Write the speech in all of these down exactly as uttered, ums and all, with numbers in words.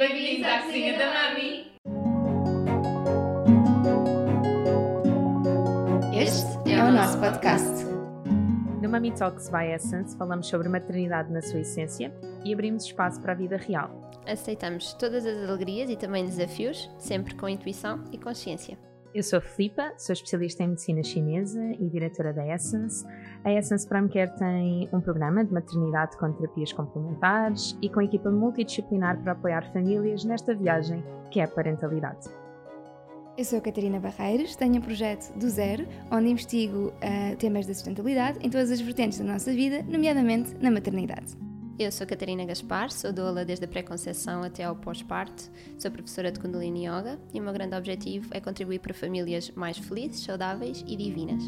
Bem-vindos à cozinha da Mami! Este é o nosso podcast. No Mami Talks by Essence falamos sobre maternidade na sua essência e abrimos espaço para a vida real. Aceitamos todas as alegrias e também desafios, sempre com intuição e consciência. Eu sou a Filipa, sou especialista em medicina chinesa e diretora da Essence. A Essence Prime Care tem um programa de maternidade com terapias complementares e com equipa multidisciplinar para apoiar famílias nesta viagem que é a parentalidade. Eu sou a Catarina Barreiros, tenho um projeto do zero, onde investigo uh, temas da sustentabilidade em todas as vertentes da nossa vida, nomeadamente na maternidade. Eu sou Catarina Gaspar, sou doula desde a pré-conceição até ao pós-parto, sou professora de Kundalini Yoga e o meu grande objetivo é contribuir para famílias mais felizes, saudáveis e divinas.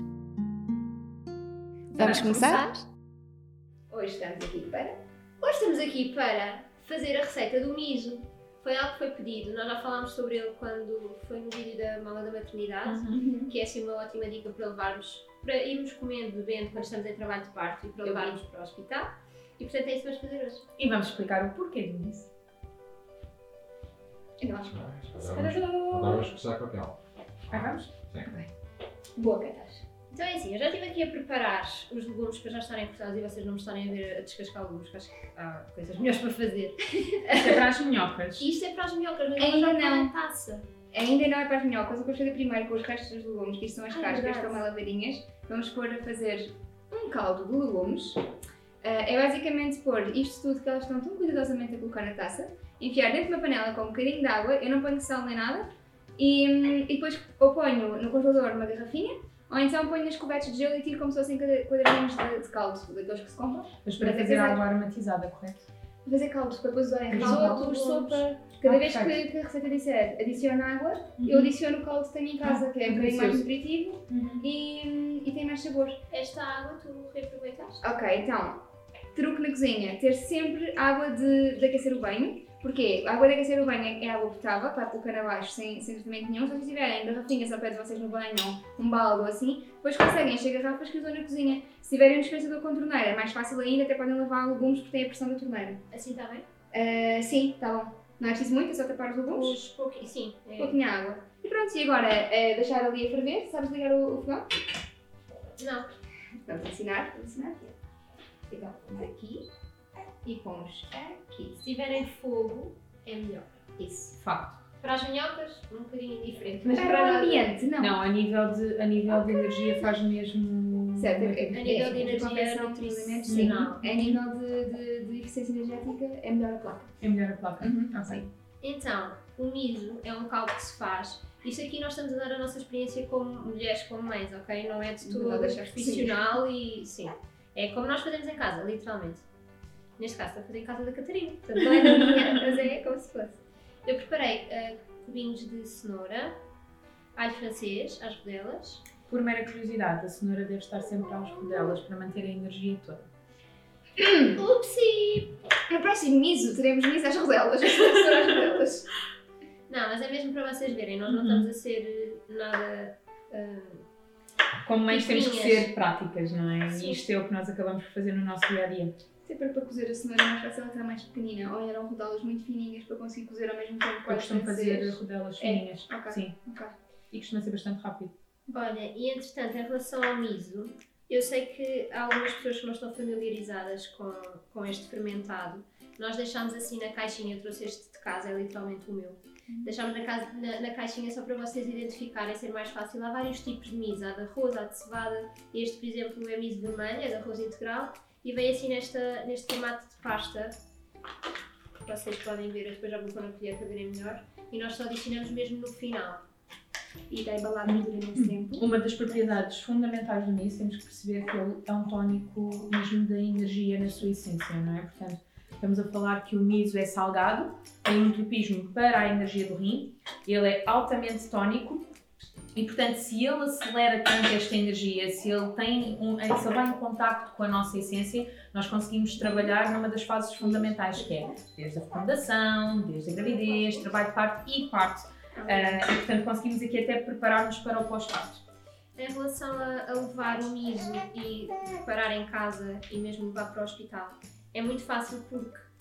Vamos começar? Hoje estamos aqui para... Hoje estamos aqui para fazer a receita do miso. Foi algo que foi pedido, nós já falámos sobre ele quando foi no vídeo da mala da maternidade, uhum. que é assim uma ótima dica para levarmos, para irmos comendo, bebendo quando estamos em trabalho de parto e para levarmos para o hospital. E portanto é isso que vamos fazer hoje. E vamos explicar o porquê do miso. Então vamos Agora vamos começar com aquela. Ah, vamos? Sim. Boa, Catas. Então é assim, eu já estive aqui a preparar os legumes para já estarem cortados e vocês não me estarem a ver a descascar legumes, que acho que há coisas melhores para fazer. Isto é para as minhocas. Isto é para as minhocas, mas Ainda já não. na taça. Ainda não é para as minhocas, o que eu fazer primeiro com os restos dos legumes, que isto são as Ai, cascas, verdade. estão lavadinhas, vamos pôr a fazer um caldo de legumes. Uh, é basicamente pôr isto tudo que elas estão tão cuidadosamente a colocar na taça, enfiar dentro de uma panela com um bocadinho de água, eu não ponho sal nem nada, e, e depois ou ponho no congelador uma garrafinha, ou então ponho nas cobertas de gelo e tiro como se fossem quadradinhos de, de caldo, daqueles que se compram. Mas para Para fazer fazer- água aromatizada, correto? Para fazer caldos, para depois usar em Risotos. risotos, sopa. Cada Ah, vez que, perfeito. que a receita disser adiciona água, Uhum. eu adiciono o caldo que tenho em casa, Ah, que é um bocadinho mais delicioso. nutritivo Uhum. e, e tem mais sabor. Esta água tu reaproveitaste? Ok, então, truque na cozinha, ter sempre água de, de aquecer o banho. Porquê? A água de aquecer o banho é é água potável, vai pelo cano abaixo sem, sem tratamento nenhum. Se vocês tiverem garrafinhas ao pé de vocês no banho ou um balde ou assim, depois conseguem encher garrafas que usam na cozinha. Se tiverem um dispensador com torneira, é mais fácil ainda, até podem lavar legumes porque tem a pressão da torneira. Assim está bem? Uh, sim, está bom. Não é preciso muito, é só tapar os legumes. Os pouquinhos, sim. É... Pouquinha água. E pronto, e agora é deixar ali a ferver. Sabes ligar o, o fogão? Não. Vamos ensinar, vamos ensinar aqui. Então, vamos aqui e pomos aqui. Se tiverem fogo, é melhor. Isso. Facto. Para as minhocas, um bocadinho diferente. Mas para o ambiente, não. Não, a nível de, a nível de energia faz mesmo... Certo, muito é- A diferente. nível de é- energia conversão de alimentos, sim. nutricional. A nível de, de, de eficiência energética, é melhor a placa. É melhor a placa. Uhum, Ok. Então, o miso é um caldo que se faz. Isto aqui nós estamos a dar a nossa experiência como mulheres, como mães, ok? Não é de Não todo deixaste de profissional e sim. É como nós fazemos em casa, literalmente. Neste caso, estou a fazer em casa da Catarina, portanto não é da minha, mas é como se fosse. Eu preparei uh, cubinhos de cenoura, alho francês, às rodelas. Por mera curiosidade, a cenoura deve estar sempre às rodelas para manter a energia toda. Upsi! No próximo miso, teremos miso às rodelas. As pessoas às rodelas. Não, mas é mesmo para vocês verem, nós não Uhum. estamos a ser uh, nada... Uh, Como mães temos que Pequeninhas. ser práticas, não é? Sim. E isto é o que nós acabamos por fazer no nosso dia a dia. Sempre para cozer a cenoura é mais fácil ela estar mais pequenina, ou eram rodelas muito fininhas para conseguir cozer ao mesmo tempo. Eu costumo fazer rodelas fininhas. Ok. Sim. Ok. E costuma ser bastante rápido. Olha, e entretanto, em relação ao miso, eu sei que há algumas pessoas que não estão familiarizadas com, com este fermentado. Nós deixámos assim na caixinha, eu trouxe este de casa, é literalmente o meu. Deixámos na, casa, na, na caixinha só para vocês identificarem, ser mais fácil. Há vários tipos de miso, há de arroz, há de cevada. Este, por exemplo, é miso vermelho, é de arroz integral. E vem assim nesta, neste formato de pasta. Vocês podem ver, eu depois já vou pôr na colher para verem melhor. E nós só adicionamos mesmo no final. E está embalado durante esse tempo. Uma das propriedades fundamentais do miso, temos que perceber que ele é um tónico mesmo da energia na sua essência, não é? Portanto, estamos a falar que o miso é salgado, tem um tropismo para a energia do rim, ele é altamente tónico e, portanto, se ele acelera tanto esta energia, se ele, tem um, se ele vai em contacto com a nossa essência, nós conseguimos trabalhar numa das fases fundamentais, que é desde a fecundação, desde a gravidez, trabalho de parto e parto. Uh, e, portanto, conseguimos aqui até preparar-nos para o pós-parto. Em relação a, a levar o miso e preparar em casa e mesmo levar para o hospital, é muito fácil porque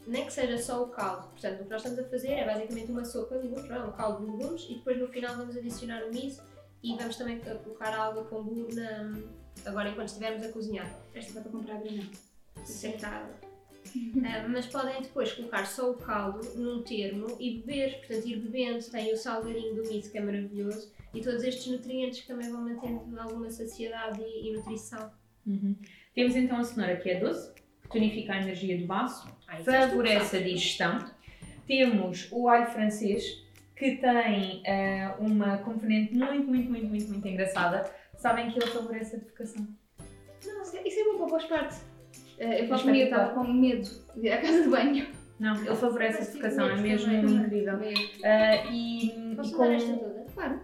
nem que seja só o caldo. Portanto, o que nós estamos a fazer é basicamente uma sopa de legumes, não é? Um caldo de legumes, e depois no final vamos adicionar o miso e vamos também colocar a alga kombu na... agora enquanto estivermos a cozinhar. Esta vai para comprar granel. Secada. Uh, mas podem depois colocar só o caldo num termo e beber, portanto ir bebendo, tem o salgadinho do miso que é maravilhoso e todos estes nutrientes que também vão mantendo alguma saciedade e, e nutrição. Uhum. Temos então a cenoura que é doce, que tonifica a energia do baço, Ah, isso é favorece a digestão. Temos o alho francês, que tem uh, uma componente muito, muito, muito, muito, muito engraçada. Sabem que ele favorece a defecação. Não, isso é, isso é bom para o pós-parto. Uh, eu falo Espetacular. comigo, estava com medo de ir à casa de banho. Não, ele favorece a Mas tipo defecação, é leite mesmo também. incrível. Uh, e, Posso e usar com- esta toda? Claro.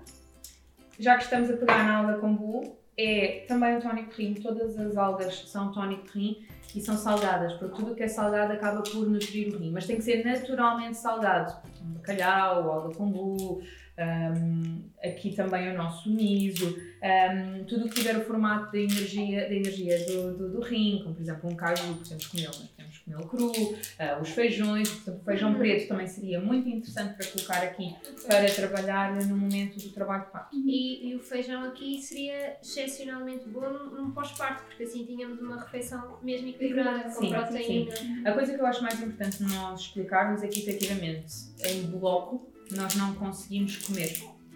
já que estamos a pegar na alga kombu, é também um tónico de rim. Todas as algas são tónico de rim e são salgadas, porque tudo o que é salgado acaba por nutrir o rim, mas tem que ser naturalmente salgado. Um bacalhau, alga kombu, um, aqui também o nosso miso, um, tudo o que tiver o formato da energia, da energia do, do, do rim, como por exemplo um caju, podemos comê-lo, mas podemos comê-lo cru, uh, os feijões, portanto o feijão preto também seria muito interessante para colocar aqui para trabalhar no momento do trabalho de parto. E, e o feijão aqui seria excepcionalmente bom num, num pós-parto, porque assim tínhamos uma refeição mesmo equilibrada, com Sim, proteína. A coisa que eu acho mais importante nós explicarmos é que efetivamente em bloco nós não conseguimos comer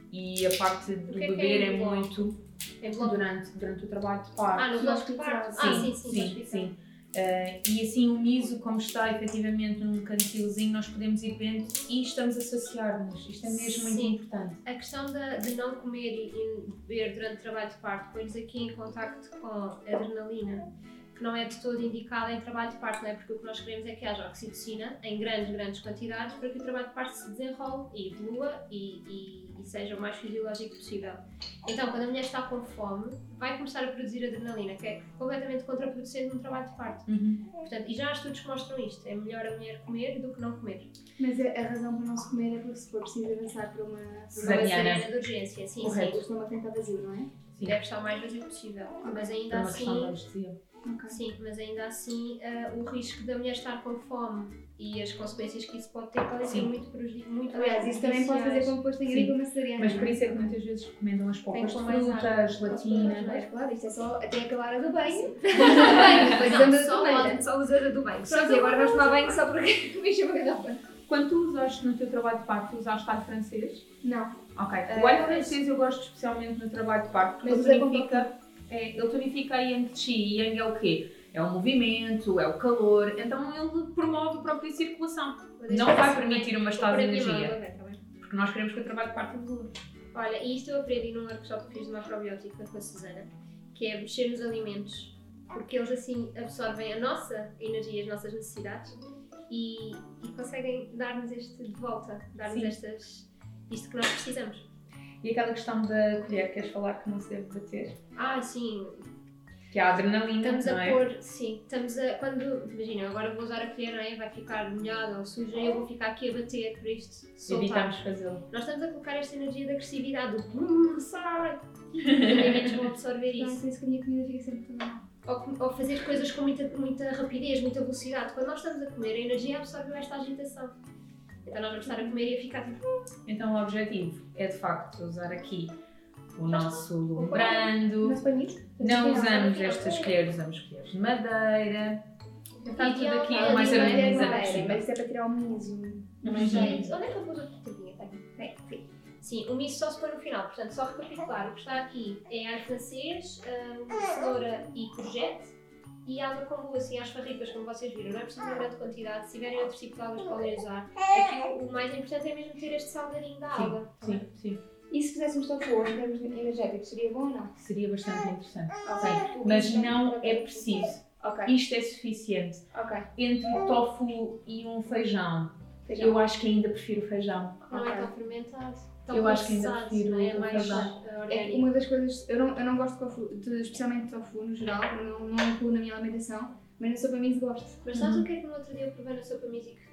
e a parte do O que é que beber é é, em bloco? muito Em bloco. durante, durante o trabalho de parto. Ah, no bloco de parto? Ah, sim, sim, sim, sim. sim. Uh, e assim o miso, como está efetivamente num cantilzinho, nós podemos ir vendo e estamos a saciar-nos. Isto é mesmo muito Sim. importante. A questão de, de não comer e, e beber durante o trabalho de parto põe-nos aqui em contacto com adrenalina, que não é de todo indicada em trabalho de parto, não é? Porque o que nós queremos é que haja oxitocina em grandes, grandes quantidades para que o trabalho de parto se desenrole e evolua e, e, e seja o mais fisiológico possível. Então, quando a mulher está com fome, vai começar a produzir adrenalina, que é completamente contraproducente num trabalho de parto. Uhum. Portanto, e já há estudos que mostram isto, é melhor a mulher comer do que não comer. Mas a, a razão para não se comer é porque se for preciso avançar para uma... Uma Cesariana. cesariana de urgência, sim, Correto. O estômago tem que estar vazio, não é? Sim. Deve estar o mais vazio possível. Mas Por ainda uma questão de assim, anestesia. Ok. sim, mas ainda assim uh, o risco da mulher estar com fome e as consequências que isso pode ter podem ser Sim. muito prejudiciais. Muito Aliás, isso também pode fazer com que depois tenha Sim. ido para uma cesariana. Mas por isso é que muitas vezes recomendam as polpas de com mais fruta, água. a gelatina. Mas claro, isto é só até acabar a do banho. Depois Não, anda só só, só usa do bem. Pronto, e agora vais tomar banho só porque me encheu a garrafa. Quando tu usaste no teu trabalho de parto, tu usaste alho francês? Não. Ok. Ah, O alho francês eu gosto especialmente no trabalho de parto, porque Mas ele usa com tonifica, é, ele tonifica a Yang Qi. E Yang é o quê? É o movimento, é o calor, então ele promove a própria circulação. Não vai permitir uma estado de energia, porque nós queremos que o trabalho de parto evolua. Olha, e isto eu aprendi num workshop que fiz de macrobiótica com a Susana, que é mexer nos alimentos, porque eles assim absorvem a nossa energia, as nossas necessidades e, e conseguem dar-nos este de volta, dar-nos Sim. estas, isto que nós precisamos. E aquela questão da colher, queres falar que não se deve bater? Ah, sim, Que é a adrenalina, estamos não a é? pôr, sim, estamos a, quando, imagina, agora vou usar a colher, não é? Vai ficar molhada ou suja e eu vou ficar aqui a bater para isto soltar. Evitamos fazê-lo. Nós estamos a colocar esta energia de agressividade, do brum, sai! Os alimentos vão absorver Não, isso. por isso que a minha comida fica sempre tão mal. Ou, ou fazer coisas com muita, muita rapidez, muita velocidade. Quando nós estamos a comer, a energia absorve esta agitação. Então nós vamos estar a comer e a ficar tipo... Então o objetivo é de facto usar aqui o nosso lume brando. Mas para mim, Não usamos não. estas colheres, usamos colheres de madeira. Está tudo Ideal, aqui ah, o mais de madeira, harmonizado madeira, possível. mas isso é para tirar o miso. Uhum. Gente, onde é que eu pus a tortadinha? Tem. Tem. Sim, o miso só se põe no final. Portanto, só recapitular. O que está aqui é alho francês, hum, cenoura e courgette e água kombu, assim, às farripas, como vocês viram. Não é preciso uma grande quantidade. Se tiverem outro tipo de águas, podem usar. Aqui o, o mais importante é mesmo ter este salgadinho da água. Sim, sim. E se fizéssemos tofu em termos energéticos, seria bom ou não? Seria bastante interessante. Ok. Sim, mas não é preciso. Ok. Isto é suficiente. Ok. Entre o tofu e um feijão, Feijão. eu acho que ainda prefiro o feijão. Não Ok. é tão fermentado. Tão Eu acho que ainda processado, prefiro não é? o Mais feijão. uh, É que orgânico. uma das coisas, eu não, eu não gosto de tofu, de, especialmente de tofu no geral, não, não incluo na minha alimentação, mas na sopa miso gosto. Mas sabes o que é que no outro dia eu provei na sopa miso e que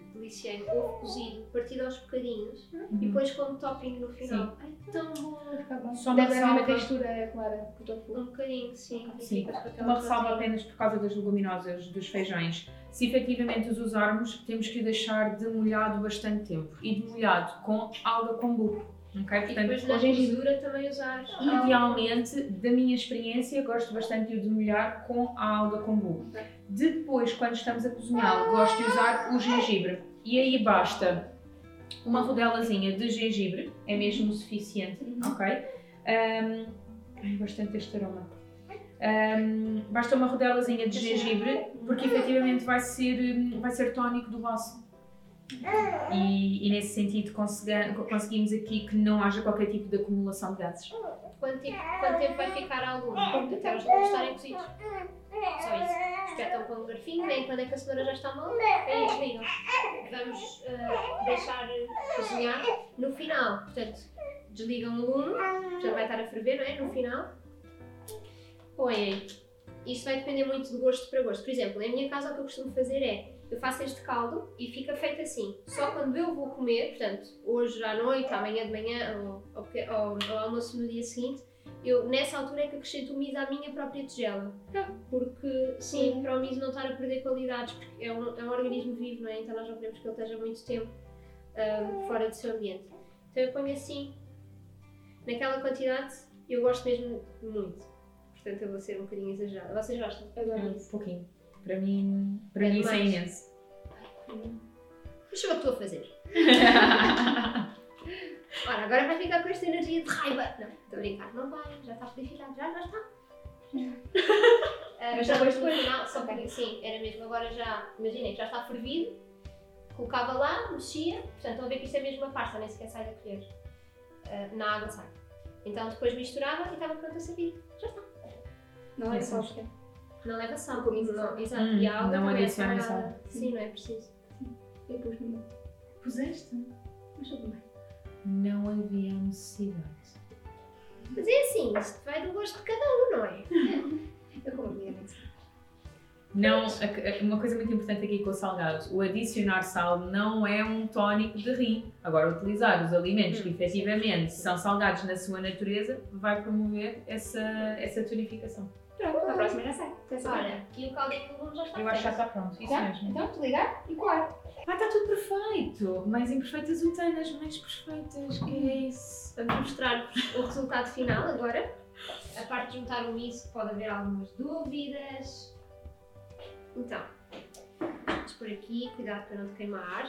deliciei ovo cozido, partido aos bocadinhos Uhum. e depois como topping no final. Ai, tão bom! Só uma Deve dar uma ressalva, textura clara com o tofu. Um bocadinho, sim. e sim, ficas com aquela uma ressalva proteína. apenas por causa das leguminosas, dos feijões. Se efetivamente os usarmos, temos que o deixar demolhado bastante tempo e demolhado com alga kombu. Ok? E Portanto, depois na cozedura também usar. idealmente, da minha experiência, gosto bastante de o demolhar com a alga kombu. Depois, quando estamos a cozinhá-lo, gosto de usar o gengibre. E aí basta uma rodelazinha de gengibre, é mesmo o suficiente, ok? Um, ai, bastante este aroma. Um, basta uma rodelazinha de gengibre, porque efetivamente vai ser, vai ser tónico do vaso. E, e nesse sentido consegui- conseguimos aqui que não haja qualquer tipo de acumulação de gases. Quanto tempo, quanto tempo vai ficar ao lume? Até os legumes estarem cozidos. Só isso. Espetam com um garfinho, veem quando é que a cenoura já está mal, aí desligam. Vamos ah, deixar cozinhar no final. Portanto, desligam o lume, portanto vai estar a ferver, não é? No final. Põem. Isto vai depender muito de gosto para gosto. Por exemplo, em minha casa o que eu costumo fazer é, eu faço este caldo e fica feito assim. Só quando eu vou comer, portanto, hoje à noite, amanhã de manhã ou ao, peque- ao, ao almoço no dia seguinte, eu nessa altura é que acrescento o miso à minha própria tigela. Porque, sim, para o miso não estar a perder qualidades, porque é um, é um organismo vivo, não é? Então nós não queremos que ele esteja muito tempo ah, fora do seu ambiente. Então eu ponho assim, naquela quantidade, eu gosto mesmo muito. Portanto, eu vou ser um bocadinho exagerada. Vocês gostam? Adoro Um isso. pouquinho. Para mim, para É mim isso é demais. imenso. Deixa eu ver o que estou a fazer. Ora, agora vai ficar com esta energia de raiva. Não, estou a brincar. Não vai, já está purificado. Já, já está. Ah, Mas já depois foi no final, só que sim, era mesmo agora já, imaginem que já está fervido, colocava lá, mexia, portanto estão a ver que isto é mesmo uma pasta, nem sequer sai da colher, Ah, na água sai. Então depois misturava e estava pronto a servir, já está. Não é Isso. só porque Não leva sal, Com isso. não, exato, Hum, e a água não também é adicionem salgada. sal. Sim, não é preciso. eu pus no meu. Puseste? Mas tudo bem. Não havia necessidade. Mas é assim, isto vai do gosto de cada um, não é? Eu como obviamente. Não, a- a- uma coisa muito importante aqui com o salgado, o adicionar sal não é um tónico de rim. Agora, utilizar os alimentos que Hum, efetivamente são salgados na sua natureza vai promover essa, essa tonificação. Pronto, a próxima já sai. Já sai. Olha, e o caldinho de legumes já está Eu acho que já feito. está pronto, isso Já? mesmo. Então, desligar e coar. Ah, está tudo perfeito! Mais imperfeitas utanas, mais perfeitas, que é isso? Vamos mostrar-vos o resultado final agora. A parte de juntar o miso pode haver algumas dúvidas. Então, vamos por aqui, cuidado para não te queimar.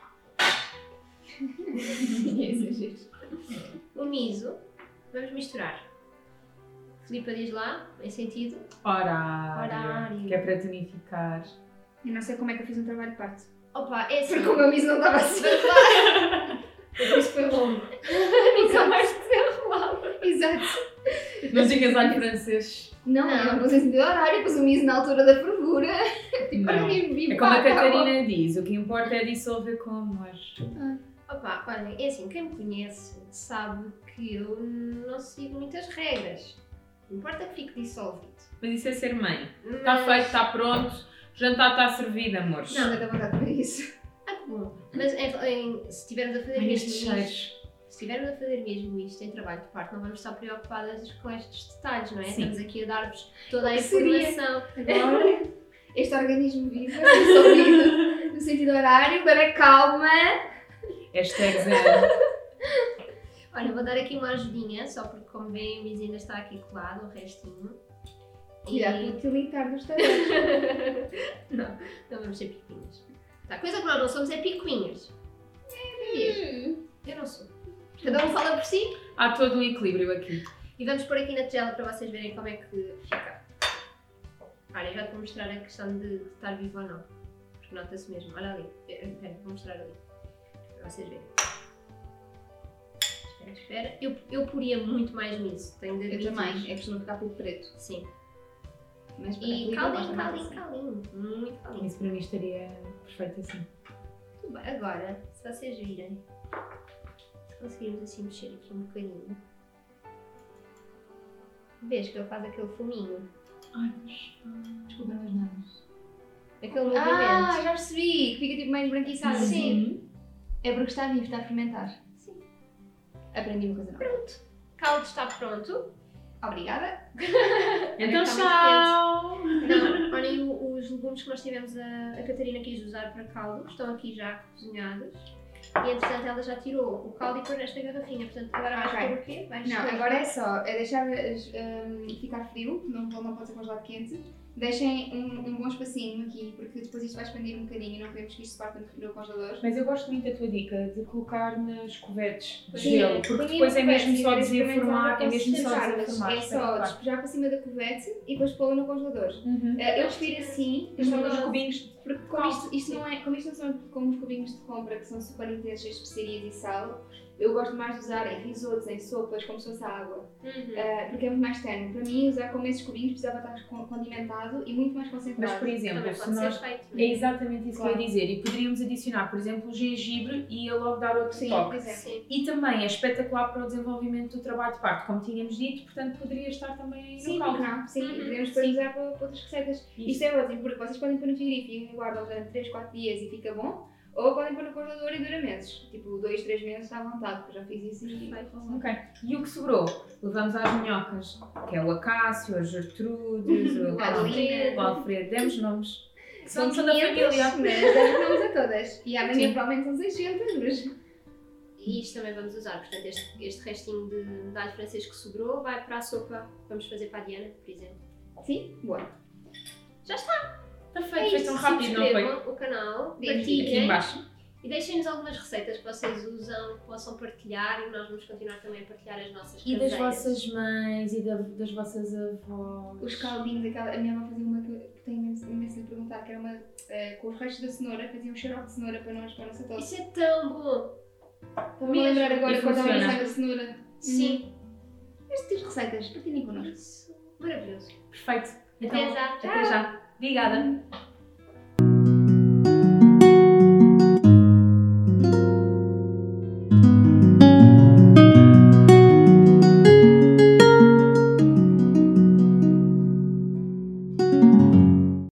O miso, vamos misturar. Filipa diz lá, em sentido. Horário, Horário. que é para tonificar. Eu não sei como é que eu fiz um trabalho de parte. Opa, é assim. Porque o meu miso não estava assim. Por isso foi longo. Nunca mais te derrubava. Exato. Não tinhas olho francês? Não, Não. eu não pus em sentido horário, pus o miso na altura da fervura. Tipo, Não. para mim, vivo É como a pá, tá bom. Catarina diz, o que importa é dissolver com amor. Opa, olhem, é assim, quem me conhece sabe que eu não sigo muitas regras. Não importa que fique dissolvido. Mas isso é ser mãe. Mas... Está feito, está pronto, o jantar está servido, amores. Não, não tenho vontade de ver isso. Ah, que bom. Mas em- em- se estivermos a fazer Ai, mesmo estes isto, cheiros. se estivermos a fazer mesmo isto em trabalho de parto, não vamos estar preocupadas com estes detalhes, não é? Sim. Estamos aqui a dar-vos toda a Que seria? informação. Agora, este organismo vivo é dissolvido no sentido horário para calma. Hashtag zero. Olha, vou dar aqui uma ajudinha, só porque como veem o miso ainda está aqui colado, o restinho. Cuidado com o utilitar dos tareas. Não, não vamos ser picuinhas. Tá, a coisa que nós não somos é picuinhas. É, eu não sou. Cada um fala por si. Há todo um equilíbrio aqui. E vamos pôr aqui na tigela para vocês verem como é que fica. Olha, já te vou mostrar a questão de, de estar vivo ou não. Porque nota-se mesmo. Olha ali. Espera, vou mostrar ali. Para vocês verem. Espera, espera. Eu, eu poria muito mais miso. Tenho de Eu admitir. também, é que não ficar tudo preto. Sim. Mas para E equilíbrio, calinho, gosto mais calinho, assim. calinho. Muito calinho. Isso para mim estaria perfeito assim. Muito bem. Agora, se vocês virem, se conseguirmos assim mexer aqui um bocadinho, vês que ele faz aquele fuminho. Ai, mas... Desculpa, mas não. Aquele movimento. Ah, já percebi, que fica tipo meio esbranquiçado. Sim. É porque está vivo, está a fermentar. Sim. Aprendi uma coisa nova. Pronto. Caldo está pronto. Obrigada. Então, Está muito tchau! Não, olhem o- os legumes que nós tivemos, a, a Catarina quis usar para caldo, estão aqui já cozinhados. E entretanto ela já tirou o caldo e pôs nesta garrafinha, portanto agora vais Ok. pôr o quê? Vais Não, pôr- agora é só é deixar um, ficar frio, não, não pode ser congelado quente. Deixem um, um bom espacinho aqui, porque depois isto vai expandir um bocadinho e não queremos que isto se parta no congelador. Mas eu gosto muito da tua dica de colocar nas cuvetes de Sim, gelo, porque põe depois é no mesmo cuvete, só se quiser desenformar, é experimentar, mesmo só posso desenformar. tentar, mas É só despejar para cima da cuvete e depois pô-lo no congelador. Uhum. Eh, Eu prefiro assim, Mas são não- os cubinhos. porque como isto, isto não é, como isto não são como os cubinhos de compra que são super intensos, cheios de especiarias e sal, eu gosto mais de usar em risotos, em sopas, como se fosse água, Uhum. uh, porque é muito mais terno. Para mim, usar como esses cubinhos precisava estar con- condimentado e muito mais Mas, concentrado. por exemplo, Também se pode ser nós. feito. É exatamente isso Claro. que eu ia dizer. E poderíamos adicionar, por exemplo, o gengibre e ia logo dar outro Sim, toque. pois é. Sim. E também é espetacular para o desenvolvimento do trabalho de parto, como tínhamos dito, portanto poderia estar também aí Sim, no porque caldo. não? Sim, Uhum, e podemos depois sim. usar para, para outras receitas. Isso. Isto é ótimo, porque vocês podem pôr no frigorífico e guardam durante três, quatro dias e fica bom, ou podem pôr no congelador e dura meses. Tipo, dois, três meses está à vontade, porque eu já fiz isso e... Ok. E o que sobrou? Levamos às minhocas, que é o Acácio, a Gertrudes, o, O Alfredo. o Alfredo. Demos nomes. Que são, São são da quinhentas, família. mas damos nomes a todas. E amanhã Sim. provavelmente são seiscentas, mas... E isto também vamos usar, portanto este, este restinho de, de alho francês que sobrou vai para a sopa que vamos fazer para a Diana, por exemplo. Sim? Boa. Perfeito, foi tão É isso, rápido, não foi? subscrevam o canal, Aqui Aqui partilhem embaixo. e deixem-nos algumas receitas que vocês usam, que possam partilhar e nós vamos continuar também a partilhar as nossas E das caseiras. vossas mães e da- das vossas avós. Os caldinhos, aquela, a minha avó fazia uma que eu tenho imenso imenso de lhe perguntar, que era uma eh, com os restos da cenoura, fazia um xarope de cenoura para nós, para a nossa tosse. Isso é tão bom! Estava-me a lembrar agora E quando estava a funciona. pensar da cenoura. Sim, Este tipo de receitas, partilhem connosco. isso, maravilhoso. Perfeito. Então, Até já. Até já. Obrigada.